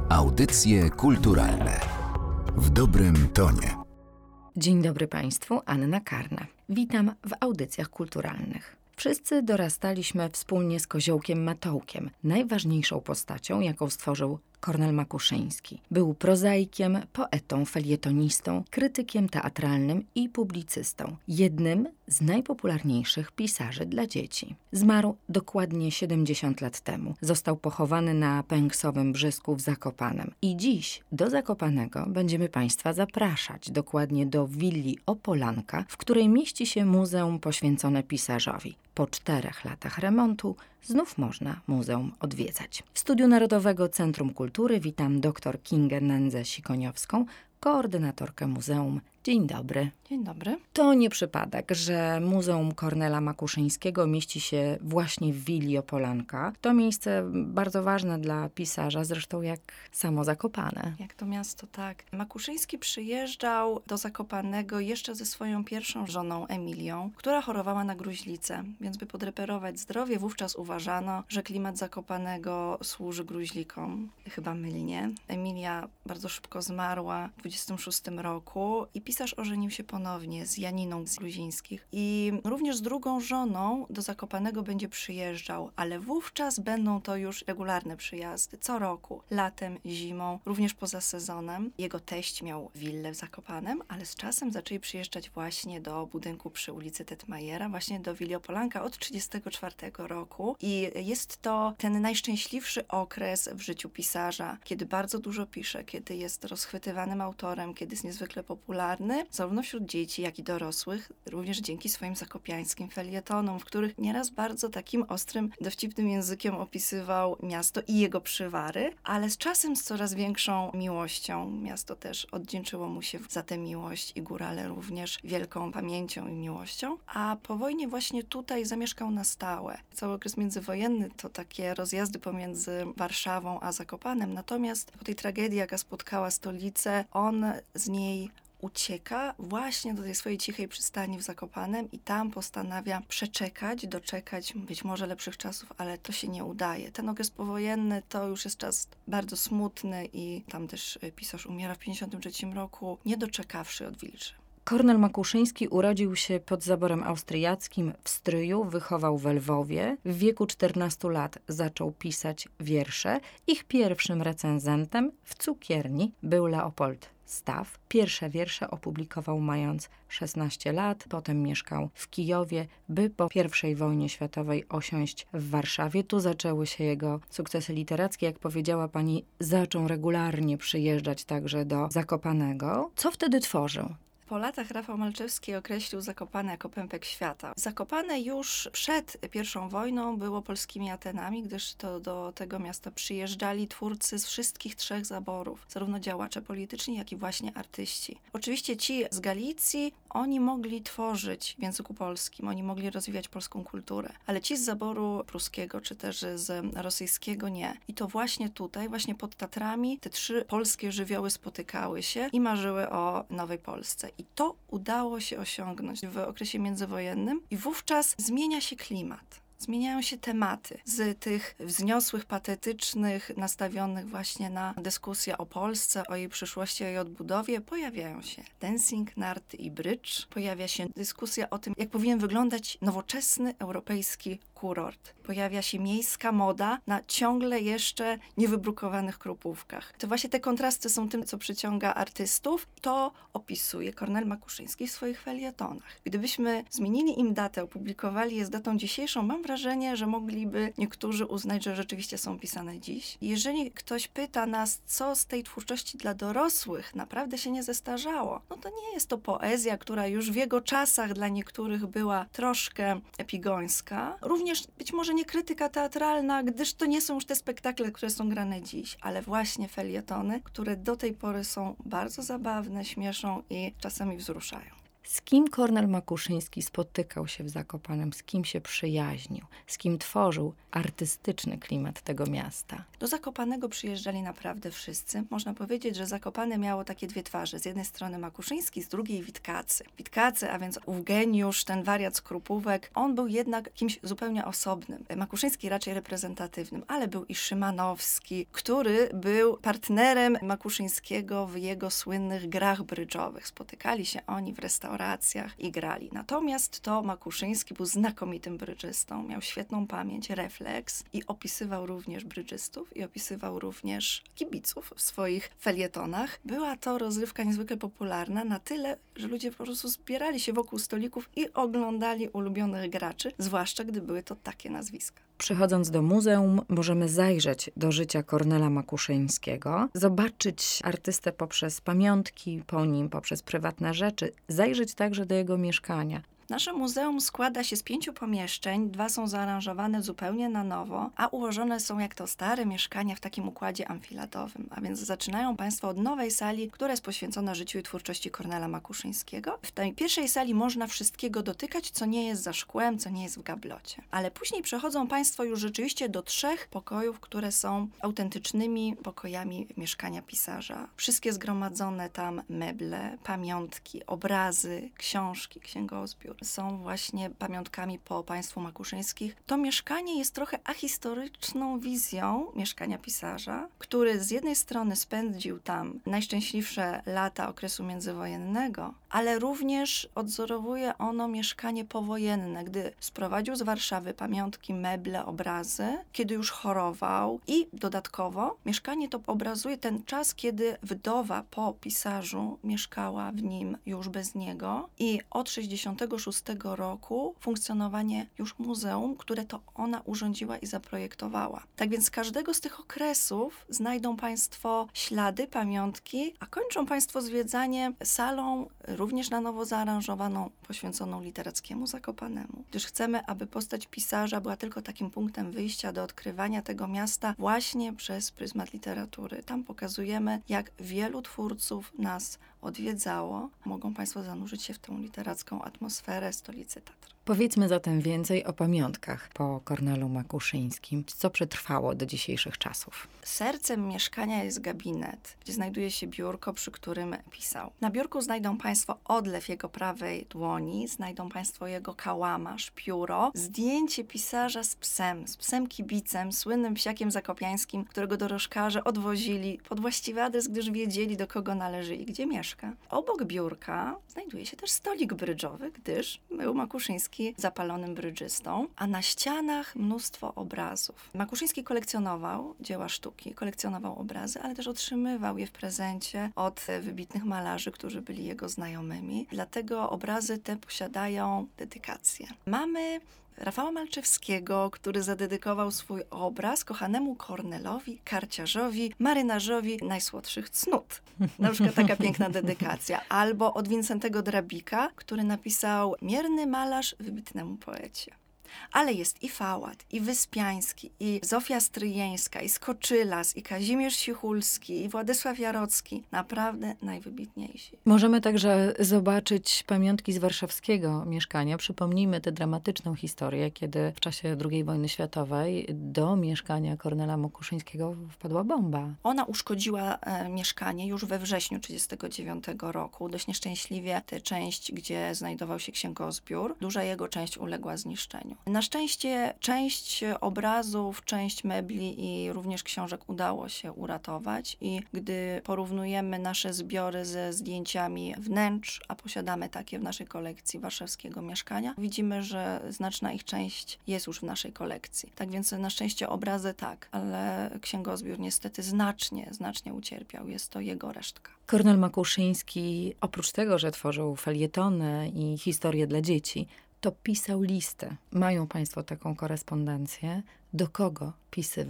Audycje kulturalne w dobrym tonie. Dzień dobry Państwu, Anna Karna. Witam w audycjach kulturalnych. Wszyscy dorastaliśmy wspólnie z Koziołkiem Matołkiem, najważniejszą postacią, jaką stworzył Kornel Makuszyński. Był prozaikiem, poetą, felietonistą, krytykiem teatralnym i publicystą. Jednym z najpopularniejszych pisarzy dla dzieci. Zmarł dokładnie 70 lat temu. Został pochowany na Pęksowym Brzysku w Zakopanem. I dziś do Zakopanego będziemy Państwa zapraszać, dokładnie do willi Opolanka, w której mieści się muzeum poświęcone pisarzowi. Po 4 latach remontu znów można muzeum odwiedzać. W Studiu Narodowego Centrum Kultury witam dr Kingę Nędzę-Sikoniowską, koordynatorkę muzeum. Dzień dobry. Dzień dobry. To nie przypadek, że Muzeum Kornela Makuszyńskiego mieści się właśnie w willi Opolanka. To miejsce bardzo ważne dla pisarza, zresztą jak samo Zakopane. Jak to miasto, tak. Makuszyński przyjeżdżał do Zakopanego jeszcze ze swoją pierwszą żoną Emilią, która chorowała na gruźlicę, więc by podreperować zdrowie, wówczas uważano, że klimat Zakopanego służy gruźlikom. Chyba mylnie. Emilia bardzo szybko zmarła w 26 roku i pisarz ożenił się ponownie z Janiną z Gruzińskich i również z drugą żoną do Zakopanego będzie przyjeżdżał, ale wówczas będą to już regularne przyjazdy, co roku, latem, zimą, również poza sezonem. Jego teść miał willę w Zakopanem, ale z czasem zaczęli przyjeżdżać właśnie do budynku przy ulicy Tetmajera, właśnie do willi Opolanka od 1934 roku i jest to ten najszczęśliwszy okres w życiu pisarza, kiedy bardzo dużo pisze, kiedy jest rozchwytywanym autorem, kiedy jest niezwykle popularny, zarówno wśród dzieci, jak i dorosłych, również dzięki swoim zakopiańskim felietonom, w których nieraz bardzo takim ostrym, dowcipnym językiem opisywał miasto i jego przywary, ale z czasem z coraz większą miłością. Miasto też odwdzięczyło mu się za tę miłość i górale również wielką pamięcią i miłością, a po wojnie właśnie tutaj zamieszkał na stałe. Cały okres międzywojenny to takie rozjazdy pomiędzy Warszawą a Zakopanem, natomiast po tej tragedii, jaka spotkała stolicę, on z niej ucieka właśnie do tej swojej cichej przystani w Zakopanem i tam postanawia przeczekać, doczekać być może lepszych czasów, ale to się nie udaje. Ten okres powojenny to już jest czas bardzo smutny i tam też pisarz umiera w 1953 roku, nie doczekawszy odwilży. Kornel Makuszyński urodził się pod zaborem austriackim w Stryju, wychował w Lwowie. W wieku 14 lat zaczął pisać wiersze. Ich pierwszym recenzentem w Cukierni był Leopold Staff. Pierwsze wiersze opublikował mając 16 lat, potem mieszkał w Kijowie, by po I wojnie światowej osiąść w Warszawie. Tu zaczęły się jego sukcesy literackie. Jak powiedziała pani, zaczął regularnie przyjeżdżać także do Zakopanego. Co wtedy tworzył? Po latach Rafał Malczewski określił Zakopane jako pępek świata. Zakopane już przed I wojną było polskimi Atenami, gdyż to do tego miasta przyjeżdżali twórcy z wszystkich 3 zaborów, zarówno działacze polityczni, jak i właśnie artyści. Oczywiście ci z Galicji, oni mogli tworzyć w języku polskim, oni mogli rozwijać polską kulturę, ale ci z zaboru pruskiego, czy też z rosyjskiego nie. I to właśnie tutaj, właśnie pod Tatrami, te 3 polskie żywioły spotykały się i marzyły o nowej Polsce. I to udało się osiągnąć w okresie międzywojennym i wówczas zmienia się klimat. Zmieniają się tematy z tych wzniosłych, patetycznych, nastawionych właśnie na dyskusję o Polsce, o jej przyszłości, o jej odbudowie. Pojawiają się dancing, narty i brydż. Pojawia się dyskusja o tym, jak powinien wyglądać nowoczesny europejski kurort. Pojawia się miejska moda na ciągle jeszcze niewybrukowanych kropówkach. To właśnie te kontrasty są tym, co przyciąga artystów. To opisuje Kornel Makuszyński w swoich felietonach. Gdybyśmy zmienili im datę, opublikowali je z datą dzisiejszą, mam wrażenie, że mogliby niektórzy uznać, że rzeczywiście są pisane dziś. Jeżeli ktoś pyta nas, co z tej twórczości dla dorosłych naprawdę się nie zestarzało, no to nie jest to poezja, która już w jego czasach dla niektórych była troszkę epigońska. Również być może nie krytyka teatralna, gdyż to nie są już te spektakle, które są grane dziś, ale właśnie felietony, które do tej pory są bardzo zabawne, śmieszą i czasami wzruszają. Z kim Kornel Makuszyński spotykał się w Zakopanem, z kim się przyjaźnił, z kim tworzył artystyczny klimat tego miasta? Do Zakopanego przyjeżdżali naprawdę wszyscy. Można powiedzieć, że Zakopane miało takie dwie twarze. Z jednej strony Makuszyński, z drugiej Witkacy. Witkacy, a więc ów geniusz, ten wariat z Krupówek, on był jednak kimś zupełnie osobnym. Makuszyński raczej reprezentatywnym, ale był i Szymanowski, który był partnerem Makuszyńskiego w jego słynnych grach brydżowych. Spotykali się oni w restauracjach i grali. Natomiast to Makuszyński był znakomitym brydżystą, miał świetną pamięć, refleks i opisywał również brydżystów i opisywał również kibiców w swoich felietonach. Była to rozrywka niezwykle popularna na tyle, że ludzie po prostu zbierali się wokół stolików i oglądali ulubionych graczy, zwłaszcza gdy były to takie nazwiska. Przychodząc do muzeum, możemy zajrzeć do życia Kornela Makuszyńskiego, zobaczyć artystę poprzez pamiątki po nim, poprzez prywatne rzeczy, zajrzeć także do jego mieszkania. Nasze muzeum składa się z 5 pomieszczeń, 2 są zaaranżowane zupełnie na nowo, a ułożone są jak to stare mieszkania w takim układzie amfiladowym. A więc zaczynają Państwo od nowej sali, która jest poświęcona życiu i twórczości Kornela Makuszyńskiego. W tej pierwszej sali można wszystkiego dotykać, co nie jest za szkłem, co nie jest w gablocie. Ale później przechodzą Państwo już rzeczywiście do 3 pokojów, które są autentycznymi pokojami mieszkania pisarza. Wszystkie zgromadzone tam meble, pamiątki, obrazy, książki, księgozbiór są właśnie pamiątkami po państwu Makuszyńskich. To mieszkanie jest trochę ahistoryczną wizją mieszkania pisarza, który z jednej strony spędził tam najszczęśliwsze lata okresu międzywojennego, ale również odzorowuje ono mieszkanie powojenne, gdy sprowadził z Warszawy pamiątki, meble, obrazy, kiedy już chorował i dodatkowo mieszkanie to obrazuje ten czas, kiedy wdowa po pisarzu mieszkała w nim już bez niego i od 1966 roku funkcjonowanie już muzeum, które to ona urządziła i zaprojektowała. Tak więc z każdego z tych okresów znajdą Państwo ślady, pamiątki, a kończą Państwo zwiedzanie salą również na nowo zaaranżowaną, poświęconą literackiemu Zakopanemu. Gdyż chcemy, aby postać pisarza była tylko takim punktem wyjścia do odkrywania tego miasta właśnie przez pryzmat literatury. Tam pokazujemy, jak wielu twórców nas odwiedzało. Mogą Państwo zanurzyć się w tę literacką atmosferę stolicy Tatr. Powiedzmy zatem więcej o pamiątkach po Kornelu Makuszyńskim. Co przetrwało do dzisiejszych czasów? Sercem mieszkania jest gabinet, gdzie znajduje się biurko, przy którym pisał. Na biurku znajdą Państwo odlew jego prawej dłoni, znajdą Państwo jego kałamarz, pióro, zdjęcie pisarza z psem kibicem, słynnym psiakiem zakopiańskim, którego dorożkarze odwozili pod właściwy adres, gdyż wiedzieli, do kogo należy i gdzie mieszka. Obok biurka znajduje się też stolik brydżowy, gdyż był Makuszyński zapalonym brydżystą, a na ścianach mnóstwo obrazów. Makuszyński kolekcjonował dzieła sztuki, kolekcjonował obrazy, ale też otrzymywał je w prezencie od wybitnych malarzy, którzy byli jego znajomymi. Dlatego obrazy te posiadają dedykację. Mamy Rafała Malczewskiego, który zadedykował swój obraz kochanemu Kornelowi, karciarzowi, marynarzowi najsłodszych cnót. Na przykład taka piękna dedykacja. Albo od Wincentego Drabika, który napisał Mierny malarz wybitnemu poecie. Ale jest i Fałat, i Wyspiański, i Zofia Stryjeńska, i Skoczylas, i Kazimierz Sichulski, i Władysław Jarocki. Naprawdę najwybitniejsi. Możemy także zobaczyć pamiątki z warszawskiego mieszkania. Przypomnijmy tę dramatyczną historię, kiedy w czasie II wojny światowej do mieszkania Kornela Makuszyńskiego wpadła bomba. Ona uszkodziła mieszkanie już we wrześniu 1939 roku. Dość nieszczęśliwie tę część, gdzie znajdował się księgozbiór, duża jego część uległa zniszczeniu. Na szczęście część obrazów, część mebli i również książek udało się uratować i gdy porównujemy nasze zbiory ze zdjęciami wnętrz, a posiadamy takie w naszej kolekcji warszawskiego mieszkania, widzimy, że znaczna ich część jest już w naszej kolekcji. Tak więc na szczęście obrazy tak, ale księgozbiór niestety znacznie ucierpiał. Jest to jego resztka. Kornel Makuszyński, oprócz tego, że tworzył felietony i historie dla dzieci, to pisał listy. Mają Państwo taką korespondencję? Do kogo pisywał?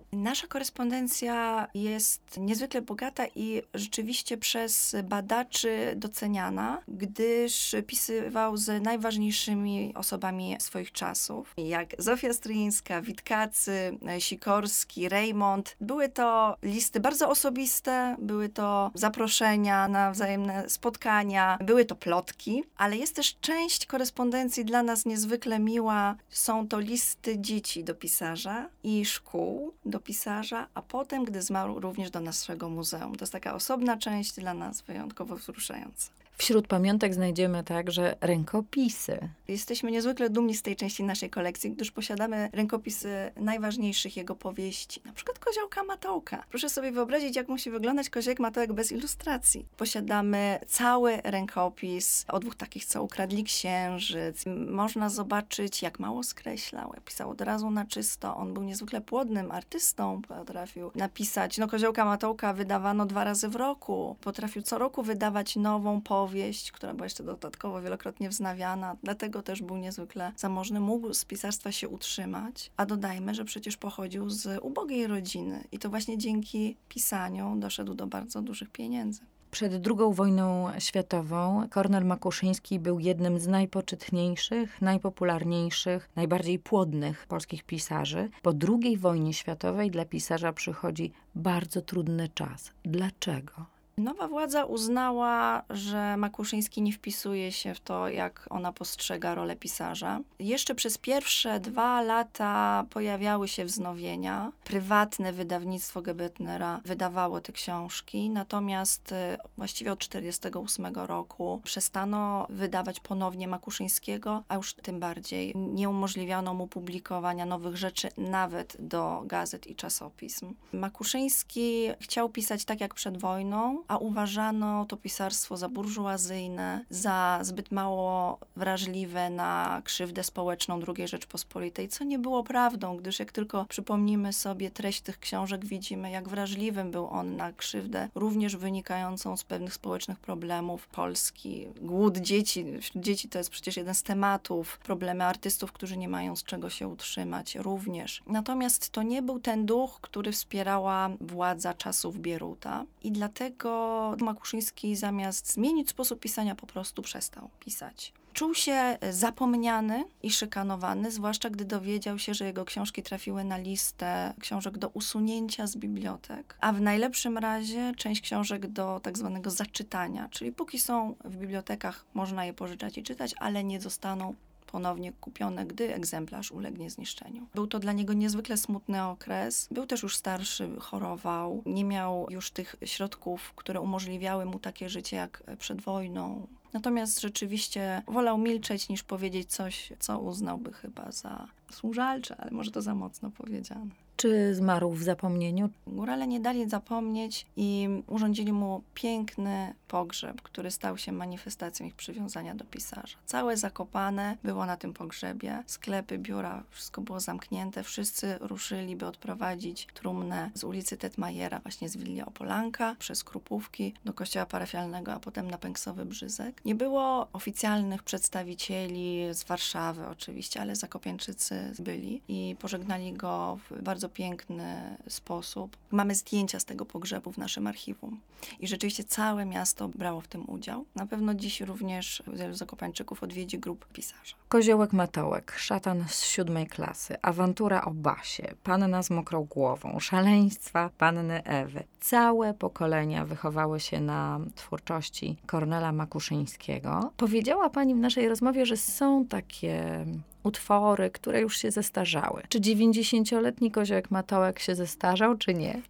Nasza korespondencja jest niezwykle bogata i rzeczywiście przez badaczy doceniana, gdyż pisywał z najważniejszymi osobami swoich czasów, jak Zofia Stryjeńska, Witkacy, Sikorski, Reymont. Były to listy bardzo osobiste, były to zaproszenia na wzajemne spotkania, były to plotki, ale jest też część korespondencji dla nas niezwykle miła. Są to listy dzieci do pisarza i szkół do pisarza, a potem, gdy zmarł, również do naszego muzeum. To jest taka osobna część dla nas wyjątkowo wzruszająca. Wśród pamiątek znajdziemy także rękopisy. Jesteśmy niezwykle dumni z tej części naszej kolekcji, gdyż posiadamy rękopisy najważniejszych jego powieści. Na przykład Koziołka Matołka. Proszę sobie wyobrazić, jak musi wyglądać Koziołek Matołek bez ilustracji. Posiadamy cały rękopis o 2 takich, co ukradli księżyc. Można zobaczyć, jak mało skreślał. Pisał od razu na czysto. On był niezwykle płodnym artystą. Potrafił napisać, Koziołka Matołka wydawano 2 razy w roku. Potrafił co roku wydawać nową powieść, która była jeszcze dodatkowo wielokrotnie wznawiana. Dlatego też był niezwykle zamożny, mógł z pisarstwa się utrzymać. A dodajmy, że przecież pochodził z ubogiej rodziny i to właśnie dzięki pisaniu doszedł do bardzo dużych pieniędzy. Przed II wojną światową Kornel Makuszyński był jednym z najpoczytniejszych, najpopularniejszych, najbardziej płodnych polskich pisarzy. Po II wojnie światowej dla pisarza przychodzi bardzo trudny czas. Dlaczego? Nowa władza uznała, że Makuszyński nie wpisuje się w to, jak ona postrzega rolę pisarza. Jeszcze przez pierwsze 2 lata pojawiały się wznowienia. Prywatne wydawnictwo Gebetnera wydawało te książki, natomiast właściwie od 1948 roku przestano wydawać ponownie Makuszyńskiego, a już tym bardziej nie umożliwiono mu publikowania nowych rzeczy nawet do gazet i czasopism. Makuszyński chciał pisać tak jak przed wojną, a uważano to pisarstwo za burżuazyjne, za zbyt mało wrażliwe na krzywdę społeczną II Rzeczpospolitej, co nie było prawdą, gdyż jak tylko przypomnimy sobie treść tych książek, widzimy, jak wrażliwym był on na krzywdę, również wynikającą z pewnych społecznych problemów Polski. Głód dzieci, wśród dzieci to jest przecież jeden z tematów, problemy artystów, którzy nie mają z czego się utrzymać również. Natomiast to nie był ten duch, który wspierała władza czasów Bieruta i dlatego Makuszyński zamiast zmienić sposób pisania po prostu przestał pisać. Czuł się zapomniany i szykanowany, zwłaszcza gdy dowiedział się, że jego książki trafiły na listę książek do usunięcia z bibliotek, a w najlepszym razie część książek do tak zwanego zaczytania, czyli póki są w bibliotekach, można je pożyczać i czytać, ale nie zostaną ponownie kupione, gdy egzemplarz ulegnie zniszczeniu. Był to dla niego niezwykle smutny okres. Był też już starszy, chorował, nie miał już tych środków, które umożliwiały mu takie życie jak przed wojną. Natomiast rzeczywiście wolał milczeć, niż powiedzieć coś, co uznałby chyba za służalcze, ale może to za mocno powiedziane. Czy zmarł w zapomnieniu? Górale nie dali zapomnieć i urządzili mu piękny pogrzeb, który stał się manifestacją ich przywiązania do pisarza. Całe Zakopane było na tym pogrzebie. Sklepy, biura, wszystko było zamknięte. Wszyscy ruszyli, by odprowadzić trumnę z ulicy Tetmajera, właśnie z Willi Opolanka, przez Krupówki do kościoła parafialnego, a potem na Pęksowy Brzyzek. Nie było oficjalnych przedstawicieli z Warszawy oczywiście, ale Zakopiańczycy byli i pożegnali go w bardzo piękny sposób. Mamy zdjęcia z tego pogrzebu w naszym archiwum. I rzeczywiście całe miasto brało w tym udział. Na pewno dziś również wielu Zakopańczyków odwiedzi grób pisarza. Koziołek Matołek, Szatan z 7 klasy, Awantura o Basie, Panna z mokrą głową, Szaleństwa Panny Ewy. Całe pokolenia wychowały się na twórczości Kornela Makuszyńskiego. Powiedziała pani w naszej rozmowie, że są takie utwory, które już się zestarzały. Czy 90-letni Koziołek Matołek się zestarzał, czy nie?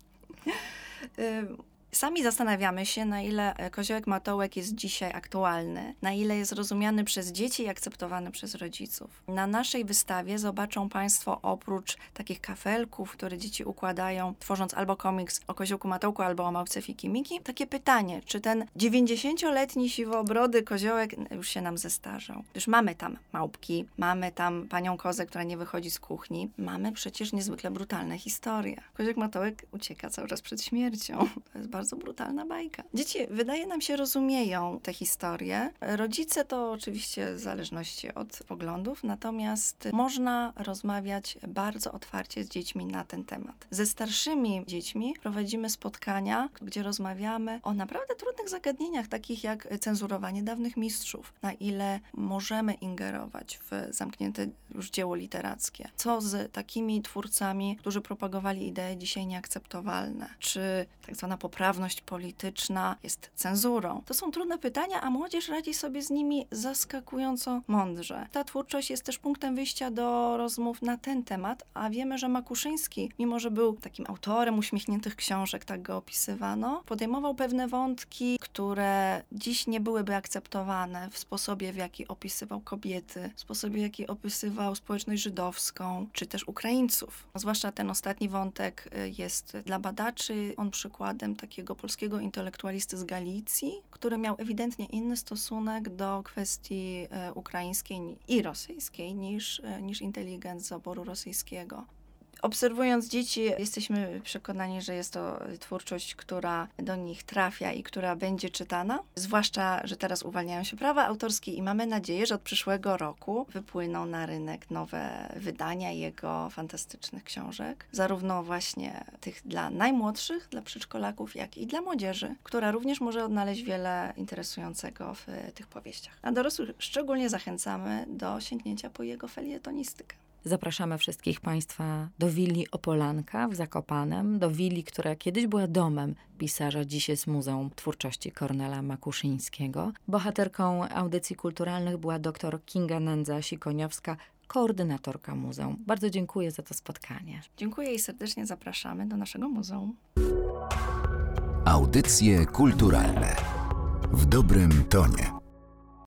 Sami zastanawiamy się, na ile Koziołek Matołek jest dzisiaj aktualny, na ile jest rozumiany przez dzieci i akceptowany przez rodziców. Na naszej wystawie zobaczą Państwo oprócz takich kafelków, które dzieci układają, tworząc albo komiks o Koziołku Matołku, albo o Małpce Fiki-Miki, takie pytanie, czy ten 90-letni siwobrody koziołek już się nam zestarzał? Gdyż mamy tam małpki, mamy tam panią Kozę, która nie wychodzi z kuchni, mamy przecież niezwykle brutalne historie. Koziołek Matołek ucieka cały czas przed śmiercią. To jest bardzo brutalna bajka. Dzieci, wydaje nam się, rozumieją te historie. Rodzice to oczywiście w zależności od poglądów, natomiast można rozmawiać bardzo otwarcie z dziećmi na ten temat. Ze starszymi dziećmi prowadzimy spotkania, gdzie rozmawiamy o naprawdę trudnych zagadnieniach, takich jak cenzurowanie dawnych mistrzów, na ile możemy ingerować w zamknięte już dzieło literackie. Co z takimi twórcami, którzy propagowali idee dzisiaj nieakceptowalne? Czy tak zwana poprawność polityczna jest cenzurą? To są trudne pytania, a młodzież radzi sobie z nimi zaskakująco mądrze. Ta twórczość jest też punktem wyjścia do rozmów na ten temat, a wiemy, że Makuszyński, mimo że był takim autorem uśmiechniętych książek, tak go opisywano, podejmował pewne wątki, które dziś nie byłyby akceptowane w sposobie, w jaki opisywał kobiety, w sposobie, w jaki opisywał społeczność żydowską, czy też Ukraińców. Zwłaszcza ten ostatni wątek jest dla badaczy on przykładem takiego polskiego intelektualisty z Galicji, który miał ewidentnie inny stosunek do kwestii ukraińskiej i rosyjskiej niż inteligent z oboru rosyjskiego. Obserwując dzieci, jesteśmy przekonani, że jest to twórczość, która do nich trafia i która będzie czytana. Zwłaszcza, że teraz uwalniają się prawa autorskie i mamy nadzieję, że od przyszłego roku wypłyną na rynek nowe wydania jego fantastycznych książek. Zarówno właśnie tych dla najmłodszych, dla przedszkolaków, jak i dla młodzieży, która również może odnaleźć wiele interesującego w tych powieściach. A dorosłych szczególnie zachęcamy do sięgnięcia po jego felietonistykę. Zapraszamy wszystkich Państwa do willi Opolanka w Zakopanem, do willi, która kiedyś była domem pisarza, dziś jest Muzeum Twórczości Kornela Makuszyńskiego. Bohaterką audycji kulturalnych była dr Kinga Nędza-Sikoniowska, koordynatorka muzeum. Bardzo dziękuję za to spotkanie. Dziękuję i serdecznie zapraszamy do naszego muzeum. Audycje kulturalne w dobrym tonie.